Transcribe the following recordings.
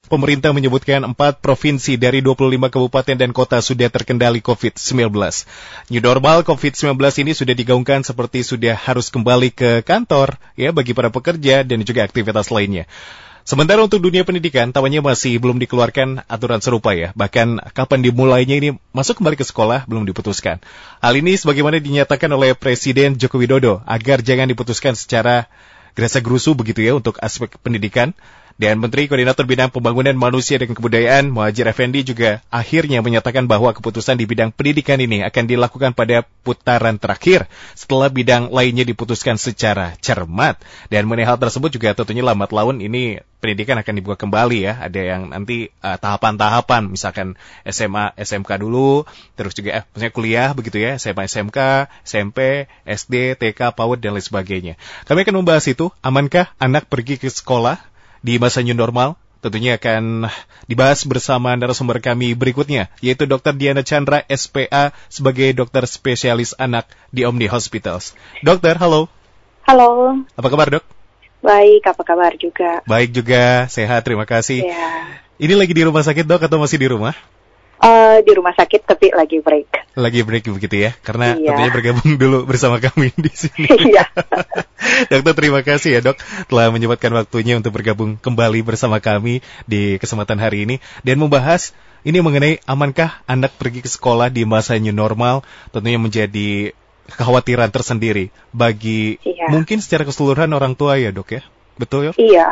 Pemerintah menyebutkan 4 provinsi dari 25 kabupaten dan kota sudah terkendali COVID-19. New normal COVID-19 ini sudah digaungkan seperti sudah harus kembali ke kantor ya bagi para pekerja dan juga aktivitas lainnya. Sementara untuk dunia pendidikan, tampaknya masih belum dikeluarkan aturan serupa ya. Bahkan kapan dimulainya ini masuk kembali ke sekolah belum diputuskan. Hal ini sebagaimana dinyatakan oleh Presiden Joko Widodo agar jangan diputuskan secara gerasa-gerusu begitu ya untuk aspek pendidikan. Dan Menteri Koordinator Bidang Pembangunan Manusia dan Kebudayaan Muhadjir Effendi juga akhirnya menyatakan bahwa keputusan di bidang pendidikan ini akan dilakukan pada putaran terakhir setelah bidang lainnya diputuskan secara cermat. Dan mengenai hal tersebut juga tentunya lambat laun ini pendidikan akan dibuka kembali ya. Ada yang nanti tahapan-tahapan misalkan SMA, SMK dulu, terus juga maksudnya kuliah begitu ya, SMA, SMK, SMP, SD, TK, PAUD dan lain sebagainya. Kami akan membahas itu, amankah anak pergi ke sekolah di masa new normal? Tentunya akan dibahas bersama narasumber kami berikutnya, yaitu Dr. Diana Chandra, SPA, sebagai dokter spesialis anak di Omni Hospitals. Dokter, halo. Halo. Apa kabar, Dok? Baik, apa kabar juga? Baik juga, sehat, terima kasih. Ya. Ini lagi di rumah sakit, Dok, atau masih di rumah? Di rumah sakit, tapi lagi break. Lagi break begitu ya, karena tentunya bergabung dulu bersama kami di sini. Iya. Dokter, terima kasih ya dok telah menyempatkan waktunya untuk bergabung kembali bersama kami di kesempatan hari ini dan membahas ini mengenai amankah anak pergi ke sekolah di masa new normal, tentunya menjadi kekhawatiran tersendiri bagi mungkin secara keseluruhan orang tua ya dok ya, betul ya? Iya.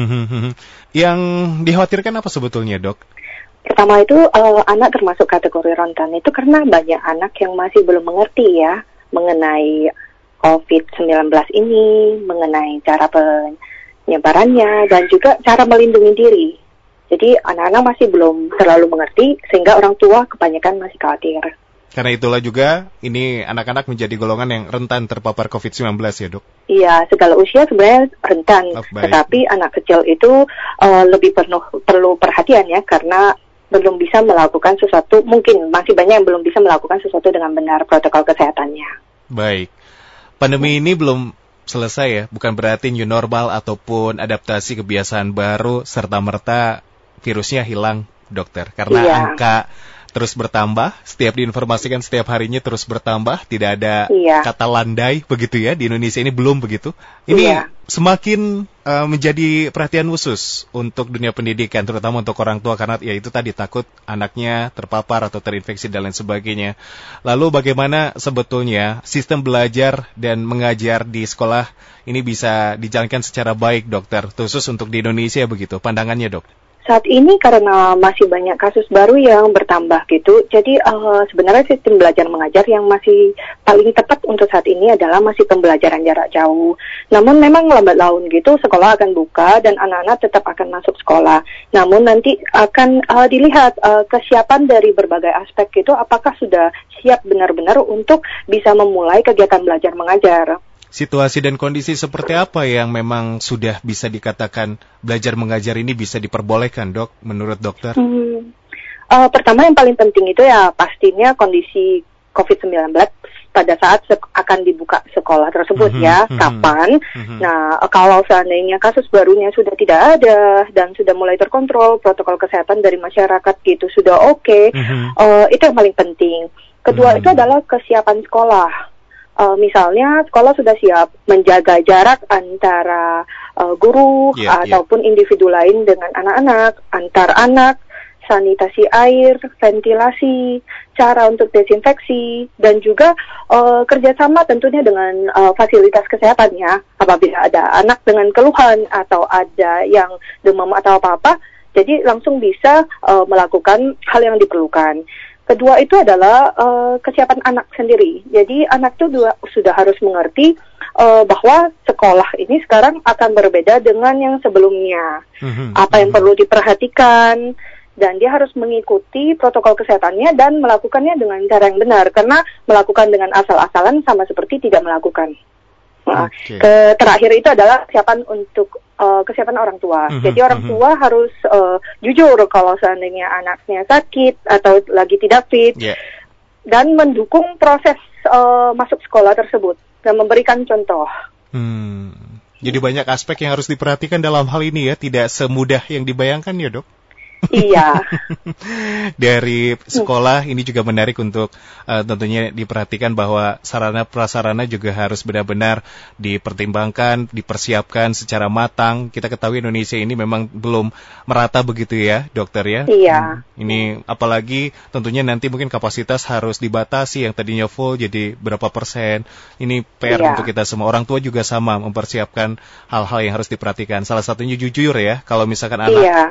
Yang dikhawatirkan apa sebetulnya dok? Pertama itu anak termasuk kategori rentan itu karena banyak anak yang masih belum mengerti ya mengenai COVID-19 ini, mengenai cara penyebarannya dan juga cara melindungi diri. Jadi anak-anak masih belum terlalu mengerti sehingga orang tua kebanyakan masih khawatir. Karena itulah juga ini anak-anak menjadi golongan yang rentan terpapar COVID-19 ya dok? Iya, segala usia sebenarnya rentan, tetapi anak kecil itu lebih perlu perhatian ya karena belum bisa melakukan sesuatu, mungkin masih banyak yang belum bisa melakukan sesuatu dengan benar protokol kesehatannya. Baik, pandemi ini belum selesai ya, bukan berarti new normal ataupun adaptasi kebiasaan baru serta-merta virusnya hilang dokter, karena angka terus bertambah, setiap diinformasikan setiap harinya terus bertambah, tidak ada kata landai begitu ya, di Indonesia ini belum begitu. Ini semakin menjadi perhatian khusus untuk dunia pendidikan, terutama untuk orang tua, karena ya itu tadi takut anaknya terpapar atau terinfeksi dan lain sebagainya. Lalu bagaimana sebetulnya sistem belajar dan mengajar di sekolah ini bisa dijalankan secara baik dokter, khusus untuk di Indonesia begitu, pandangannya dok? Saat ini karena masih banyak kasus baru yang bertambah gitu, jadi sebenarnya sistem belajar mengajar yang masih paling tepat untuk saat ini adalah masih pembelajaran jarak jauh. Namun memang lambat laun gitu sekolah akan buka dan anak-anak tetap akan masuk sekolah. Namun nanti akan dilihat kesiapan dari berbagai aspek itu apakah sudah siap benar-benar untuk bisa memulai kegiatan belajar mengajar. Situasi dan kondisi seperti apa yang memang sudah bisa dikatakan belajar mengajar ini bisa diperbolehkan, dok, menurut dokter? Pertama yang paling penting itu ya pastinya kondisi COVID-19 pada saat akan dibuka sekolah tersebut kapan. Nah, kalau seandainya kasus barunya sudah tidak ada dan sudah mulai terkontrol, protokol kesehatan dari masyarakat gitu sudah oke, itu yang paling penting. Kedua itu adalah kesiapan sekolah. Misalnya sekolah sudah siap menjaga jarak antara guru ataupun individu lain dengan anak-anak, antar anak, sanitasi air, ventilasi, cara untuk desinfeksi, dan juga kerjasama tentunya dengan fasilitas kesehatannya. Apabila ada anak dengan keluhan atau ada yang demam atau apa-apa, jadi langsung bisa melakukan hal yang diperlukan. Kedua itu adalah kesiapan anak sendiri. Jadi anak itu sudah harus mengerti bahwa sekolah ini sekarang akan berbeda dengan yang sebelumnya. Apa yang perlu diperhatikan, dan dia harus mengikuti protokol kesehatannya dan melakukannya dengan cara yang benar. Karena melakukan dengan asal-asalan sama seperti tidak melakukan. Terakhir itu adalah kesiapan untuk kesiapan orang tua. Jadi orang tua harus jujur kalau seandainya anaknya sakit atau lagi tidak fit, dan mendukung proses masuk sekolah tersebut dan memberikan contoh. Jadi banyak aspek yang harus diperhatikan dalam hal ini ya, tidak semudah yang dibayangkan ya dok? Iya. Dari sekolah ini juga menarik untuk tentunya diperhatikan bahwa sarana prasarana juga harus benar-benar dipertimbangkan, dipersiapkan secara matang. Kita ketahui Indonesia ini memang belum merata begitu ya, dokter ya. Iya. Ini apalagi tentunya nanti mungkin kapasitas harus dibatasi, yang tadinya full jadi berapa persen. Ini PR untuk kita semua. Orang tua juga sama mempersiapkan hal-hal yang harus diperhatikan. Salah satunya jujur ya, kalau misalkan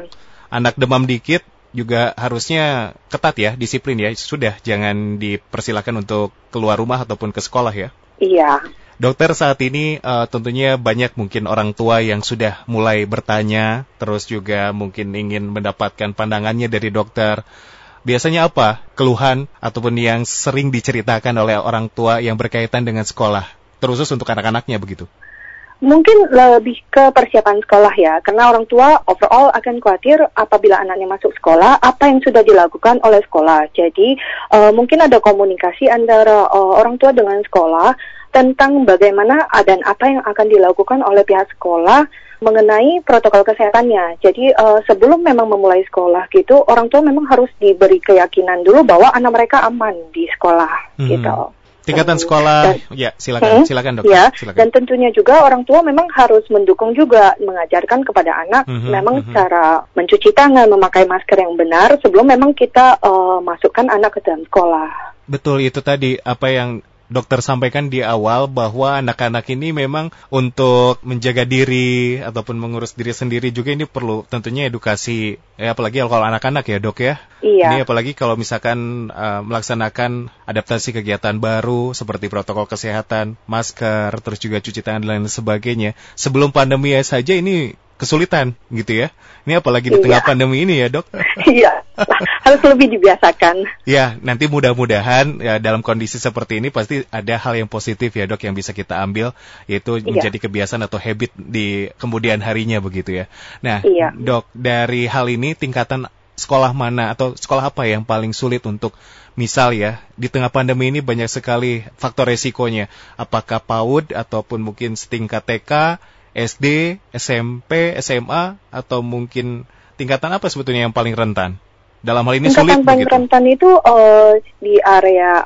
anak demam dikit juga harusnya ketat ya, disiplin ya. Sudah, jangan dipersilakan untuk keluar rumah ataupun ke sekolah ya. Iya. Dokter, saat ini tentunya banyak mungkin orang tua yang sudah mulai bertanya, terus juga mungkin ingin mendapatkan pandangannya dari dokter. Biasanya apa keluhan ataupun yang sering diceritakan oleh orang tua yang berkaitan dengan sekolah, terkhusus untuk anak-anaknya begitu? Mungkin lebih ke persiapan sekolah ya, karena orang tua overall akan khawatir apabila anaknya masuk sekolah, apa yang sudah dilakukan oleh sekolah. Jadi mungkin ada komunikasi antara orang tua dengan sekolah tentang bagaimana dan apa yang akan dilakukan oleh pihak sekolah mengenai protokol kesehatannya. Jadi sebelum memang memulai sekolah gitu, orang tua memang harus diberi keyakinan dulu bahwa anak mereka aman di sekolah gitu. Tingkatan sekolah, ya silakan dokter. Ya, silakan. Dan tentunya juga orang tua memang harus mendukung juga, mengajarkan kepada anak memang cara mencuci tangan, memakai masker yang benar sebelum memang kita masukkan anak ke dalam sekolah. Betul, itu tadi apa yang dokter sampaikan di awal, bahwa anak-anak ini memang untuk menjaga diri ataupun mengurus diri sendiri juga ini perlu tentunya edukasi, ya apalagi kalau anak-anak ya dok ya. Iya. Ini apalagi kalau misalkan melaksanakan adaptasi kegiatan baru seperti protokol kesehatan, masker, terus juga cuci tangan dan lain sebagainya. Sebelum pandemi saja ini kesulitan gitu ya. Ini apalagi di tengah pandemi ini ya dok. Iya, harus lebih dibiasakan. Ya, nanti mudah-mudahan ya, dalam kondisi seperti ini pasti ada hal yang positif ya dok yang bisa kita ambil, yaitu menjadi kebiasaan atau habit di kemudian harinya begitu ya. Nah dok, dari hal ini tingkatan sekolah mana atau sekolah apa yang paling sulit untuk misal ya, di tengah pandemi ini banyak sekali faktor resikonya. Apakah PAUD ataupun mungkin setingkat TK, SD, SMP, SMA, atau mungkin tingkatan apa sebetulnya yang paling rentan? Dalam hal ini sulit begitu. Tingkatan paling rentan itu di area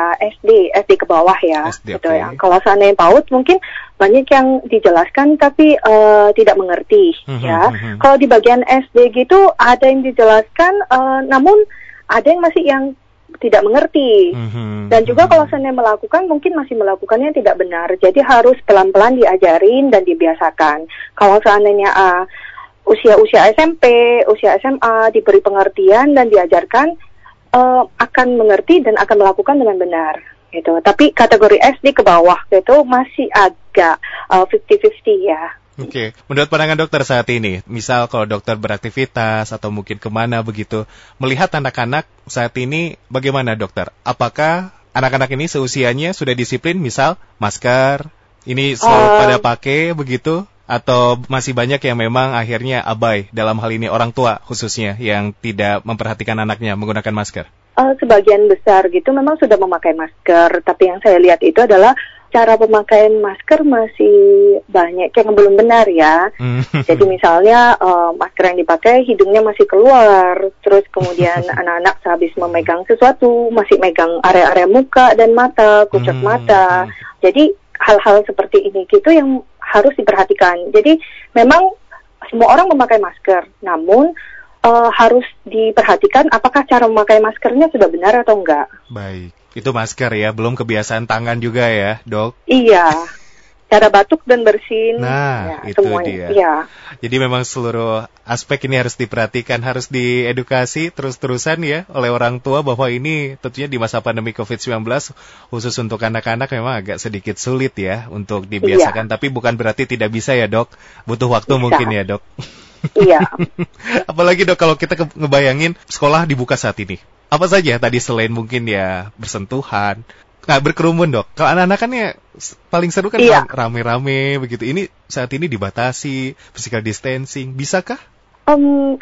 SD ke bawah ya. SD, gitu ya. Kalau seandainya PAUD mungkin banyak yang dijelaskan tapi tidak mengerti ya. Kalau di bagian SD gitu ada yang dijelaskan namun ada yang masih yang tidak mengerti. Dan juga kalau seandainya melakukan, mungkin masih melakukannya tidak benar. Jadi harus pelan-pelan diajarin dan dibiasakan. Kalau seandainya usia SMP, usia SMA diberi pengertian dan diajarkan, akan mengerti dan akan melakukan dengan benar. Gitu. Tapi kategori SD ke bawah itu masih agak 50-50 ya. Oke, menurut pandangan dokter saat ini, misal kalau dokter beraktivitas atau mungkin kemana begitu, melihat anak-anak saat ini bagaimana dokter? Apakah anak-anak ini seusianya sudah disiplin, misal masker, ini selalu pada pakai begitu? Atau masih banyak yang memang akhirnya abai, dalam hal ini orang tua khususnya, yang tidak memperhatikan anaknya menggunakan masker? Sebagian besar gitu memang sudah memakai masker, tapi yang saya lihat itu adalah cara pemakaian masker masih banyak yang belum benar ya. Jadi misalnya masker yang dipakai hidungnya masih keluar, terus kemudian anak-anak sehabis memegang sesuatu masih megang area-area muka dan mata, kucuk mata. Jadi hal-hal seperti ini gitu yang harus diperhatikan. Jadi memang semua orang memakai masker, namun harus diperhatikan apakah cara memakai maskernya sudah benar atau enggak. Baik, itu masker ya, belum kebiasaan tangan juga ya, dok? Iya, cara batuk dan bersin. Nah, ya, itu semuanya. dia. Iya. Jadi memang seluruh aspek ini harus diperhatikan, harus diedukasi terus-terusan ya oleh orang tua, bahwa ini tentunya di masa pandemi COVID-19 khusus untuk anak-anak memang agak sedikit sulit ya untuk dibiasakan. Iya. Tapi bukan berarti tidak bisa ya dok, butuh waktu bisa. Mungkin ya dok. Iya. Apalagi dok kalau kita ngebayangin sekolah dibuka saat ini. Apa saja tadi selain mungkin ya bersentuhan, berkerumun dok. Kalau anak-anak kan ya paling seru kan rame-rame begitu. Ini saat ini dibatasi, physical distancing. Bisakah?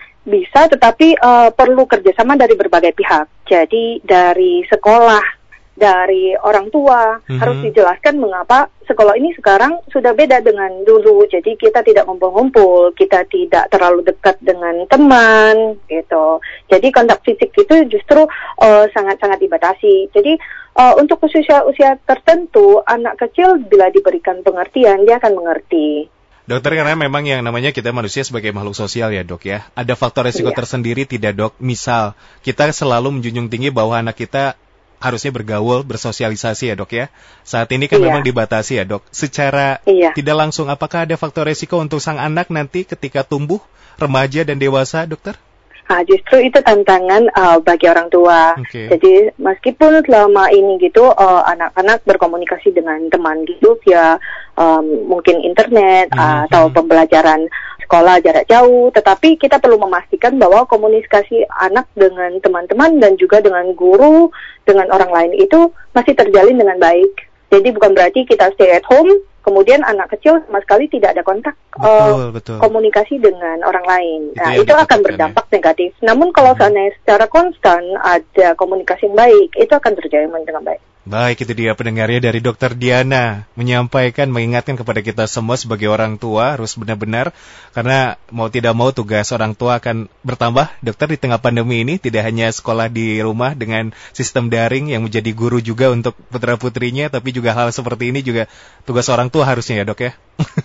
Bisa, tetapi perlu kerjasama dari berbagai pihak. Jadi dari sekolah dari orang tua. Harus dijelaskan mengapa sekolah ini sekarang sudah beda dengan dulu. Jadi kita tidak ngumpul-ngumpul, kita tidak terlalu dekat dengan teman gitu. Jadi kontak fisik itu justru sangat-sangat dibatasi. Jadi untuk usia tertentu, anak kecil bila diberikan pengertian, dia akan mengerti. Dokter, karena memang yang namanya kita manusia sebagai makhluk sosial ya dok ya. Ada faktor resiko tersendiri tidak dok? Misal, kita selalu menjunjung tinggi bahwa anak kita harusnya bergaul, bersosialisasi ya dok ya. Saat ini kan memang dibatasi ya dok. Secara tidak langsung, apakah ada faktor resiko untuk sang anak nanti ketika tumbuh, remaja dan dewasa dokter? Justru itu tantangan bagi orang tua. Jadi meskipun selama ini gitu anak-anak berkomunikasi dengan teman gitu via mungkin internet atau pembelajaran sekolah jarak jauh, tetapi kita perlu memastikan bahwa komunikasi anak dengan teman-teman dan juga dengan guru, dengan orang lain itu masih terjalin dengan baik. Jadi bukan berarti kita stay at home, kemudian anak kecil sama sekali tidak ada kontak komunikasi dengan orang lain. Itu akan berdampak negatif. Namun kalau seandainya secara konstan ada komunikasi yang baik, itu akan terjadi dengan baik. Baik, itu dia pendengarnya dari Dr. Diana menyampaikan, mengingatkan kepada kita semua sebagai orang tua harus benar-benar, karena mau tidak mau tugas orang tua akan bertambah. Dokter, di tengah pandemi ini tidak hanya sekolah di rumah dengan sistem daring yang menjadi guru juga untuk putra-putrinya, tapi juga hal seperti ini juga tugas orang tua harusnya ya dok ya?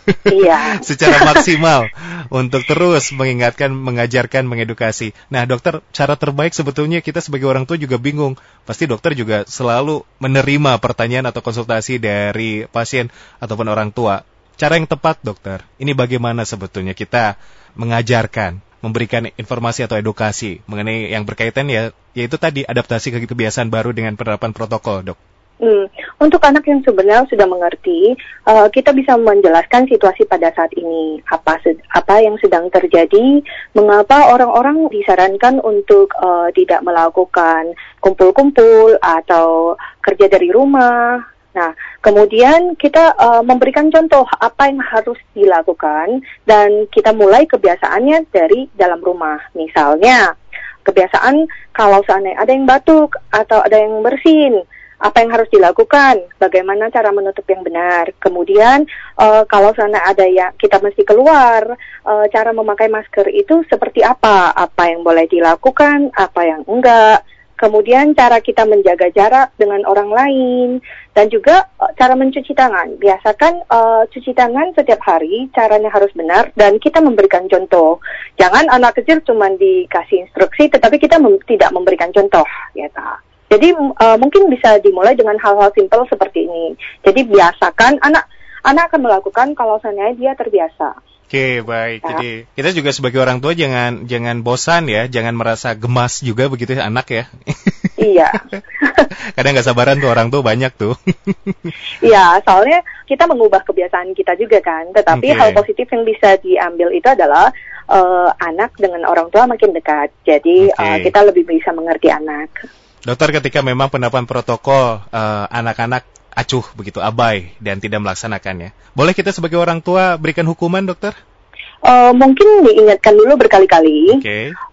Iya. Secara maksimal untuk terus mengingatkan, mengajarkan, mengedukasi. Nah dokter, cara terbaik sebetulnya kita sebagai orang tua juga bingung. Pasti dokter juga selalu menerima pertanyaan atau konsultasi dari pasien ataupun orang tua. Cara yang tepat dokter, ini bagaimana sebetulnya kita mengajarkan, memberikan informasi atau edukasi mengenai yang berkaitan yaitu tadi adaptasi ke kebiasaan baru dengan penerapan protokol dok. Untuk anak yang sebenarnya sudah mengerti, kita bisa menjelaskan situasi pada saat ini, apa yang sedang terjadi, mengapa orang-orang disarankan untuk tidak melakukan kumpul-kumpul atau kerja dari rumah. Nah, kemudian kita memberikan contoh apa yang harus dilakukan dan kita mulai kebiasaannya dari dalam rumah. Misalnya, kebiasaan kalau seandainya ada yang batuk atau ada yang bersin, apa yang harus dilakukan, bagaimana cara menutup yang benar. Kemudian kalau sana ada yang kita mesti keluar, cara memakai masker itu seperti apa yang boleh dilakukan, apa yang enggak. Kemudian cara kita menjaga jarak dengan orang lain, dan juga cara mencuci tangan. Biasakan cuci tangan setiap hari, caranya harus benar, dan kita memberikan contoh. Jangan anak kecil cuma dikasih instruksi, tetapi kita tidak memberikan contoh, gitu. Jadi mungkin bisa dimulai dengan hal-hal simpel seperti ini. Jadi biasakan anak akan melakukan kalau seandainya dia terbiasa. Oke, baik. Ya. Jadi kita juga sebagai orang tua jangan bosan ya, jangan merasa gemas juga begitu anak ya. Iya. Kadang nggak sabaran tuh orang tua banyak tuh. Iya, soalnya kita mengubah kebiasaan kita juga kan. Tetapi hal positif yang bisa diambil itu adalah anak dengan orang tua makin dekat. Jadi kita lebih bisa mengerti anak. Dokter, ketika memang penerapan protokol anak-anak acuh begitu, abai dan tidak melaksanakannya, boleh kita sebagai orang tua berikan hukuman dokter? Mungkin diingatkan dulu berkali-kali.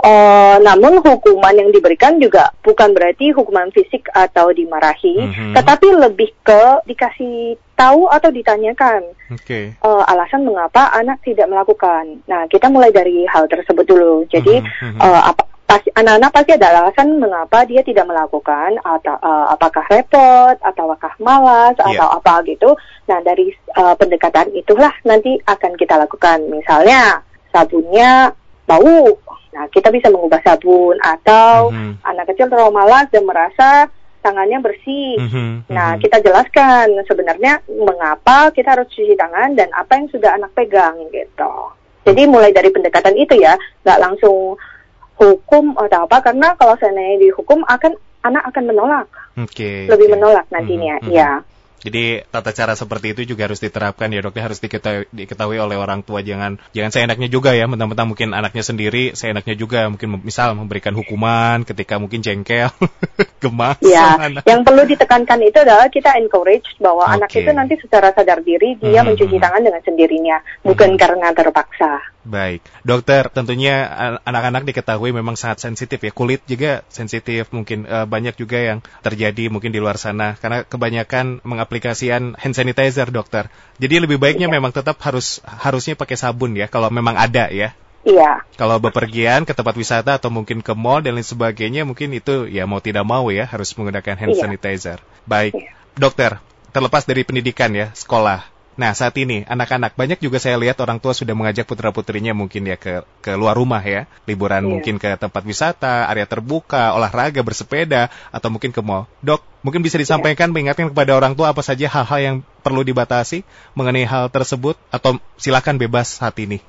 Namun hukuman yang diberikan juga bukan berarti hukuman fisik atau dimarahi, tetapi lebih ke dikasih tahu atau ditanyakan alasan mengapa anak tidak melakukan. Nah, kita mulai dari hal tersebut dulu. Jadi anak-anak pasti ada alasan mengapa dia tidak melakukan, atau apakah repot, atau apakah malas, atau apa gitu. Nah, dari pendekatan itulah nanti akan kita lakukan. Misalnya, sabunnya bau. Nah, kita bisa mengubah sabun. Atau anak kecil terlalu malas dan merasa tangannya bersih. Nah, kita jelaskan sebenarnya mengapa kita harus cuci tangan dan apa yang sudah anak pegang gitu. Jadi mulai dari pendekatan itu ya, nggak langsung hukum atau apa, karena kalau seandainya dihukum anak akan menolak, lebih menolak nantinya, ya. Jadi tata cara seperti itu juga harus diterapkan ya dok, harus diketahui oleh orang tua. Jangan seenaknya juga ya, mentang-mentang mungkin anaknya sendiri, seenaknya juga mungkin misal memberikan hukuman ketika mungkin jengkel, gemas. Ya, yang perlu ditekankan itu adalah kita encourage bahwa anak itu nanti secara sadar diri dia mencuci tangan dengan sendirinya, bukan karena terpaksa. Baik, dokter, tentunya anak-anak diketahui memang sangat sensitif ya, kulit juga sensitif, mungkin banyak juga yang terjadi mungkin di luar sana karena kebanyakan mengaplikasikan hand sanitizer, dokter. Jadi lebih baiknya memang tetap harusnya pakai sabun ya kalau memang ada ya. Iya. Kalau bepergian ke tempat wisata atau mungkin ke mall dan lain sebagainya, mungkin itu ya mau tidak mau ya harus menggunakan hand sanitizer. Baik, dokter, terlepas dari pendidikan ya, sekolah. Nah, saat ini anak-anak banyak juga saya lihat orang tua sudah mengajak putra-putrinya mungkin ya ke luar rumah ya, liburan mungkin ke tempat wisata, area terbuka, olahraga, bersepeda, atau mungkin ke mall. Dok, mungkin bisa disampaikan mengingatkan kepada orang tua apa saja hal-hal yang perlu dibatasi mengenai hal tersebut, atau silakan bebas saat ini.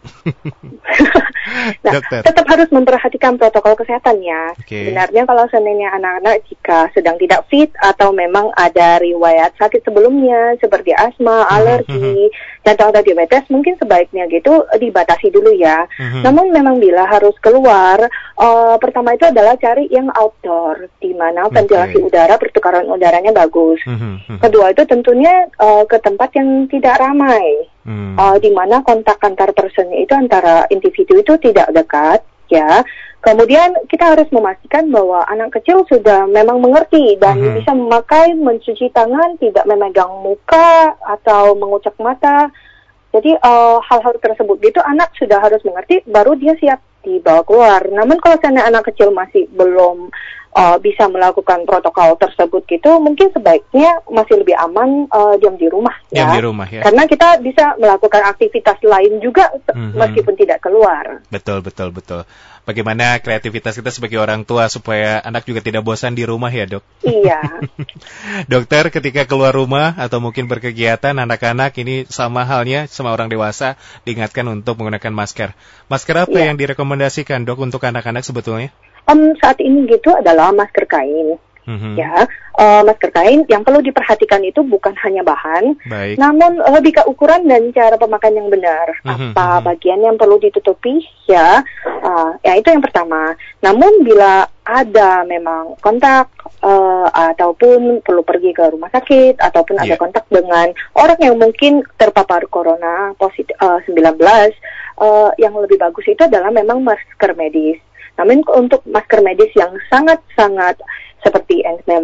Nah, tetap harus memperhatikan protokol kesehatan ya. Sebenarnya kalau seandainya anak-anak jika sedang tidak fit atau memang ada riwayat sakit sebelumnya seperti asma, alergi, jantung atau diabetes, mungkin sebaiknya gitu dibatasi dulu ya. Namun memang bila harus keluar, pertama itu adalah cari yang outdoor, di mana ventilasi udara, pertukaran udaranya bagus. Kedua itu tentunya ke tempat yang tidak ramai. Di mana kontak antar personnya itu antara individu itu tidak dekat ya. Kemudian kita harus memastikan bahwa anak kecil sudah memang mengerti dan bisa memakai mencuci tangan, tidak memegang muka atau mengucap mata. Jadi hal-hal tersebut gitu anak sudah harus mengerti, baru dia siap dibawa keluar. Namun kalau seandainya anak kecil masih belum bisa melakukan protokol tersebut gitu, mungkin sebaiknya masih lebih aman diam di rumah ya. Diam di rumah ya. Karena kita bisa melakukan aktivitas lain juga meskipun tidak keluar. Betul. Bagaimana kreativitas kita sebagai orang tua supaya anak juga tidak bosan di rumah ya, Dok? Iya. Dokter, ketika keluar rumah atau mungkin berkegiatan, anak-anak ini sama halnya sama orang dewasa diingatkan untuk menggunakan masker. Masker apa yang direkomendasikan, Dok, untuk anak-anak sebetulnya? Saat ini gitu adalah masker kain. Ya, masker kain yang perlu diperhatikan itu bukan hanya bahan, namun lebih ke ukuran dan cara pemakaian yang benar. Apa bagian yang perlu ditutupi ya, ya itu yang pertama. Namun bila ada memang kontak ataupun perlu pergi ke rumah sakit ataupun ada kontak dengan orang yang mungkin terpapar corona positif 19, yang lebih bagus itu adalah memang masker medis. Namun untuk masker medis yang sangat-sangat seperti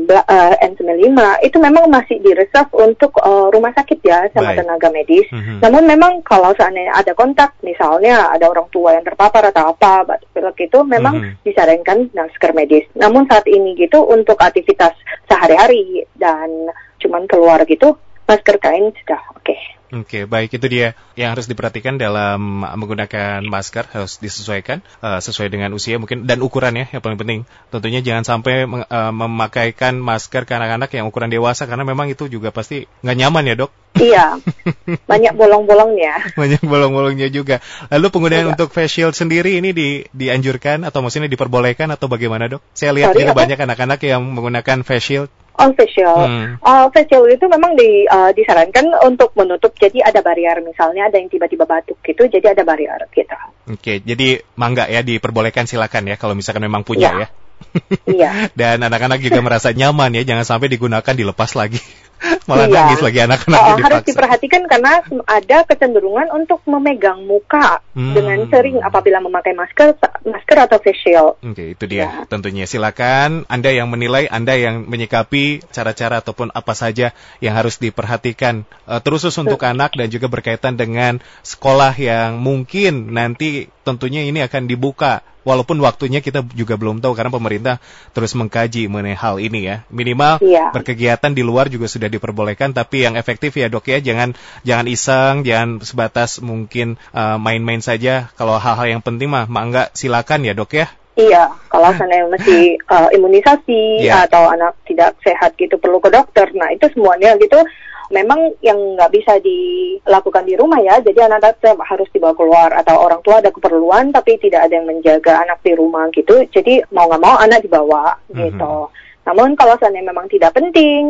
N95 itu memang masih direserve untuk rumah sakit ya sama tenaga medis. Namun memang kalau seandainya ada kontak, misalnya ada orang tua yang terpapar atau apa, batuk pilek itu memang disarankan masker medis. Namun saat ini gitu untuk aktivitas sehari-hari dan cuman keluar gitu, masker kain sudah oke. Oke, baik, itu dia yang harus diperhatikan dalam menggunakan masker, harus disesuaikan sesuai dengan usia mungkin dan ukuran ya, yang paling penting. Tentunya jangan sampai memakaikan masker ke anak-anak yang ukuran dewasa karena memang itu juga pasti nggak nyaman ya, Dok? Iya, banyak bolong-bolongnya. Banyak bolong-bolongnya juga. Lalu penggunaan untuk face shield sendiri ini dianjurkan atau maksudnya diperbolehkan atau bagaimana, Dok? Saya lihat juga banyak anak-anak yang menggunakan face shield. Face shield. Face shield itu memang disarankan untuk menutup, jadi ada barrier, misalnya ada yang tiba-tiba batuk gitu, jadi ada barrier gitu. Oke, jadi mangga ya, diperbolehkan silakan ya kalau misalkan memang punya ya. Iya. Dan anak-anak juga merasa nyaman ya, jangan sampai digunakan dilepas lagi. Malah nangis lagi anak-anaknya dipaksa. Harus diperhatikan karena ada kecenderungan untuk memegang muka dengan sering apabila memakai masker atau face shield. Oke, itu dia. Tentunya silakan Anda yang menilai, Anda yang menyikapi cara-cara ataupun apa saja yang harus diperhatikan terus untuk anak dan juga berkaitan dengan sekolah yang mungkin nanti tentunya ini akan dibuka. Walaupun waktunya kita juga belum tahu karena pemerintah terus mengkaji mengenai hal ini ya. Minimal berkegiatan di luar juga sudah diperbolehkan, tapi yang efektif ya, Dok ya, jangan iseng, jangan sebatas mungkin main-main saja. Kalau hal-hal yang penting mah enggak, silakan ya, Dok ya. Iya, kalau seandainya masih imunisasi atau anak tidak sehat gitu perlu ke dokter. Nah, itu semuanya gitu memang yang nggak bisa dilakukan di rumah ya, jadi anak harus dibawa keluar atau orang tua ada keperluan tapi tidak ada yang menjaga anak di rumah gitu, jadi mau nggak mau anak dibawa gitu. Namun kalau seandainya memang tidak penting,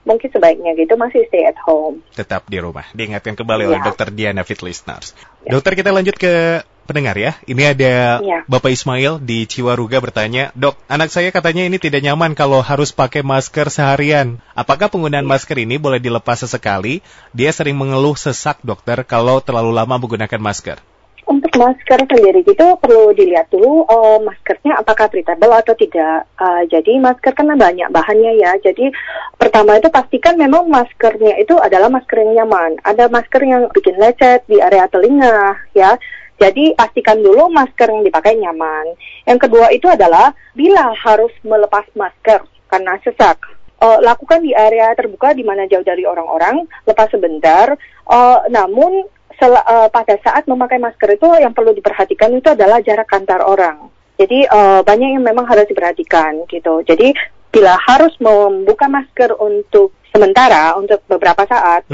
mungkin sebaiknya gitu masih stay at home. Tetap di rumah. Diingatkan kembali oleh Dr. Diana Fit Listeners. Dokter, kita lanjut ke pendengar ya. Ini ada Bapak Ismail di Ciwaruga bertanya, Dok, anak saya katanya ini tidak nyaman kalau harus pakai masker seharian. Apakah penggunaan masker ini boleh dilepas sesekali? Dia sering mengeluh sesak, dokter, kalau terlalu lama menggunakan masker. Untuk masker sendiri itu perlu dilihat dulu maskernya apakah breathable atau tidak. Jadi masker kan banyak bahannya ya. Jadi pertama itu pastikan memang maskernya itu adalah masker yang nyaman. Ada masker yang bikin lecet di area telinga ya. Jadi pastikan dulu masker yang dipakai nyaman. Yang kedua itu adalah bila harus melepas masker karena sesak, lakukan di area terbuka di mana jauh dari orang-orang, lepas sebentar. Namun pada saat memakai masker itu yang perlu diperhatikan itu adalah jarak antar orang. Jadi banyak yang memang harus diperhatikan gitu. Jadi bila harus membuka masker untuk sementara, untuk beberapa saat,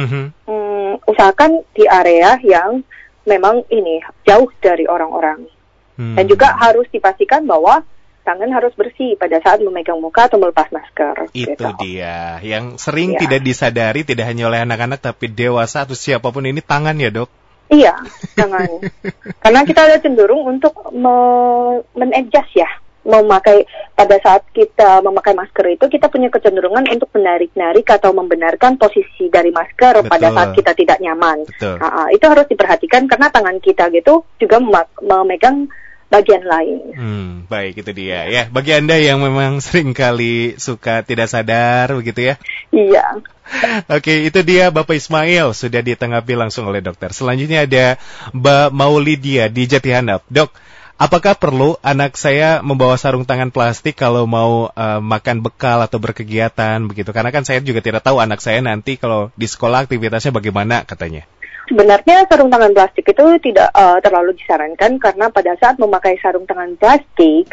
usahakan di area yang memang ini jauh dari orang-orang. Dan juga harus dipastikan bahwa tangan harus bersih pada saat memegang muka atau melepas masker. Itu gitu. dia, yang sering tidak disadari tidak hanya oleh anak-anak tapi dewasa atau siapapun ini tangan ya, Dok? Iya, tangan. Karena kita ada cenderung untuk men-adjust ya. Memakai pada saat kita memakai masker itu kita punya kecenderungan untuk menarik-narik atau membenarkan posisi dari masker pada saat kita tidak nyaman. Itu harus diperhatikan karena tangan kita gitu juga memegang bagian lain. Baik, itu dia ya. Bagi Anda yang memang sering kali suka tidak sadar begitu ya. Iya. Oke, itu dia Bapak Ismail sudah ditanggapi langsung oleh dokter. Selanjutnya ada Mbak Maulidia di Jatihandap. Dok, apakah perlu anak saya membawa sarung tangan plastik kalau mau makan bekal atau berkegiatan begitu? Karena kan saya juga tidak tahu anak saya nanti kalau di sekolah aktivitasnya bagaimana katanya. Sebenarnya sarung tangan plastik itu tidak terlalu disarankan karena pada saat memakai sarung tangan plastik,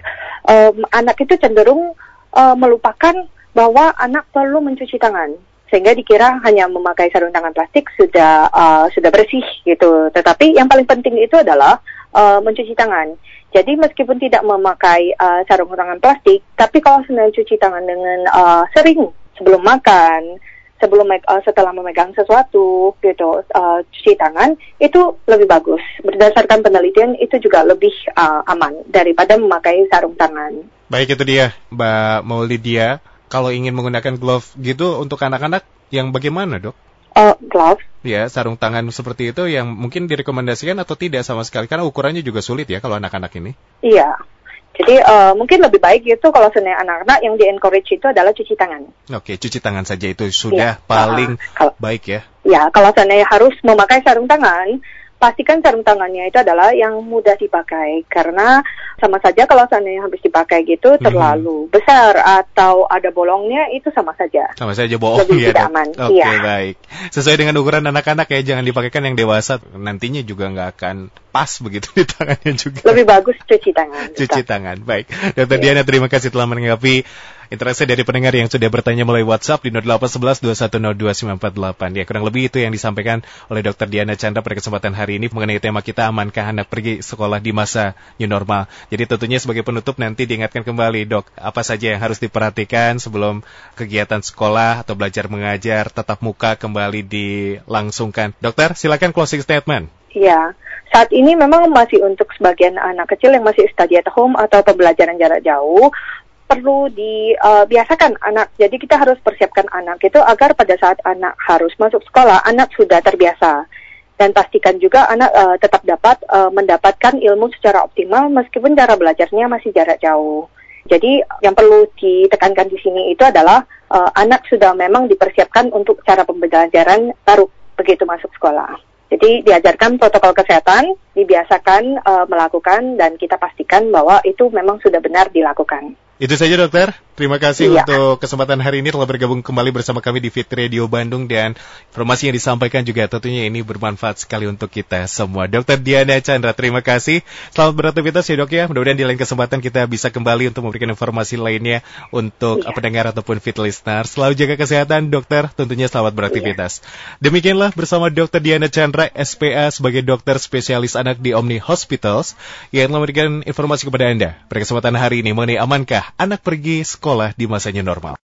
anak itu cenderung melupakan bahwa anak perlu mencuci tangan. Sehingga dikira hanya memakai sarung tangan plastik sudah bersih gitu. Tetapi yang paling penting itu adalah mencuci tangan. Jadi meskipun tidak memakai sarung tangan plastik, tapi kalau sedang cuci tangan dengan sering sebelum makan, setelah memegang sesuatu gitu, cuci tangan itu lebih bagus. Berdasarkan penelitian itu juga lebih aman daripada memakai sarung tangan. Baik, itu dia Mbak Maulidia. Kalau ingin menggunakan glove gitu untuk anak-anak yang bagaimana, Dok? Glove? Ya, sarung tangan seperti itu yang mungkin direkomendasikan atau tidak sama sekali karena ukurannya juga sulit ya kalau anak-anak ini. Iya. Jadi mungkin lebih baik itu kalau sebenarnya anak-anak yang di-encourage itu adalah cuci tangan. Oke, cuci tangan saja itu sudah paling baik ya. Ya, kalau sebenarnya harus memakai sarung tangan, pastikan sarung tangannya itu adalah yang mudah dipakai. Karena sama saja kalau seandainya habis dipakai gitu terlalu besar atau ada bolongnya itu sama saja. Sama saja bohong lebih ya. Tidak aman. Oke, baik. Sesuai dengan ukuran anak-anak ya, jangan dipakaikan yang dewasa. Nantinya juga nggak akan pas begitu di tangannya juga. Lebih bagus cuci tangan. Cuci tangan, baik. Dr. Diana, terima kasih telah menanggapi interaksi dari pendengar yang sudah bertanya melalui WhatsApp di 0811-2102-948. Ya, kurang lebih itu yang disampaikan oleh Dr. Diana Chandra pada kesempatan hari ini mengenai tema kita, amankah anak pergi sekolah di masa new normal. Jadi tentunya sebagai penutup nanti diingatkan kembali, Dok, apa saja yang harus diperhatikan sebelum kegiatan sekolah atau belajar mengajar tatap muka kembali dilangsungkan. Dokter, silakan closing statement. Iya, saat ini memang masih untuk sebagian anak kecil yang masih study at home atau pembelajaran jarak jauh, perlu dibiasakan anak. Jadi kita harus persiapkan anak itu agar pada saat anak harus masuk sekolah, anak sudah terbiasa. Dan pastikan juga anak tetap dapat mendapatkan ilmu secara optimal meskipun cara belajarnya masih jarak jauh. Jadi yang perlu ditekankan di sini itu adalah anak sudah memang dipersiapkan untuk cara pembelajaran baru begitu masuk sekolah. Jadi diajarkan protokol kesehatan, dibiasakan melakukan dan kita pastikan bahwa itu memang sudah benar dilakukan. Itu saja, Dokter. Terima kasih untuk kesempatan hari ini telah bergabung kembali bersama kami di Fit Radio Bandung, dan informasi yang disampaikan juga tentunya ini bermanfaat sekali untuk kita semua. Dr. Diana Chandra, terima kasih. Selamat beraktivitas ya, Dok ya. Mudah-mudahan di lain kesempatan kita bisa kembali untuk memberikan informasi lainnya untuk pendengar ataupun Fit Listener. Selalu jaga kesehatan, Dokter. Tentunya selamat beraktivitas. Demikianlah bersama Dr. Diana Chandra, SPA sebagai dokter spesialis anak di Omni Hospitals yang telah memberikan informasi kepada Anda pada kesempatan hari ini mengenai amankah anak pergi sekolah di masa new normal.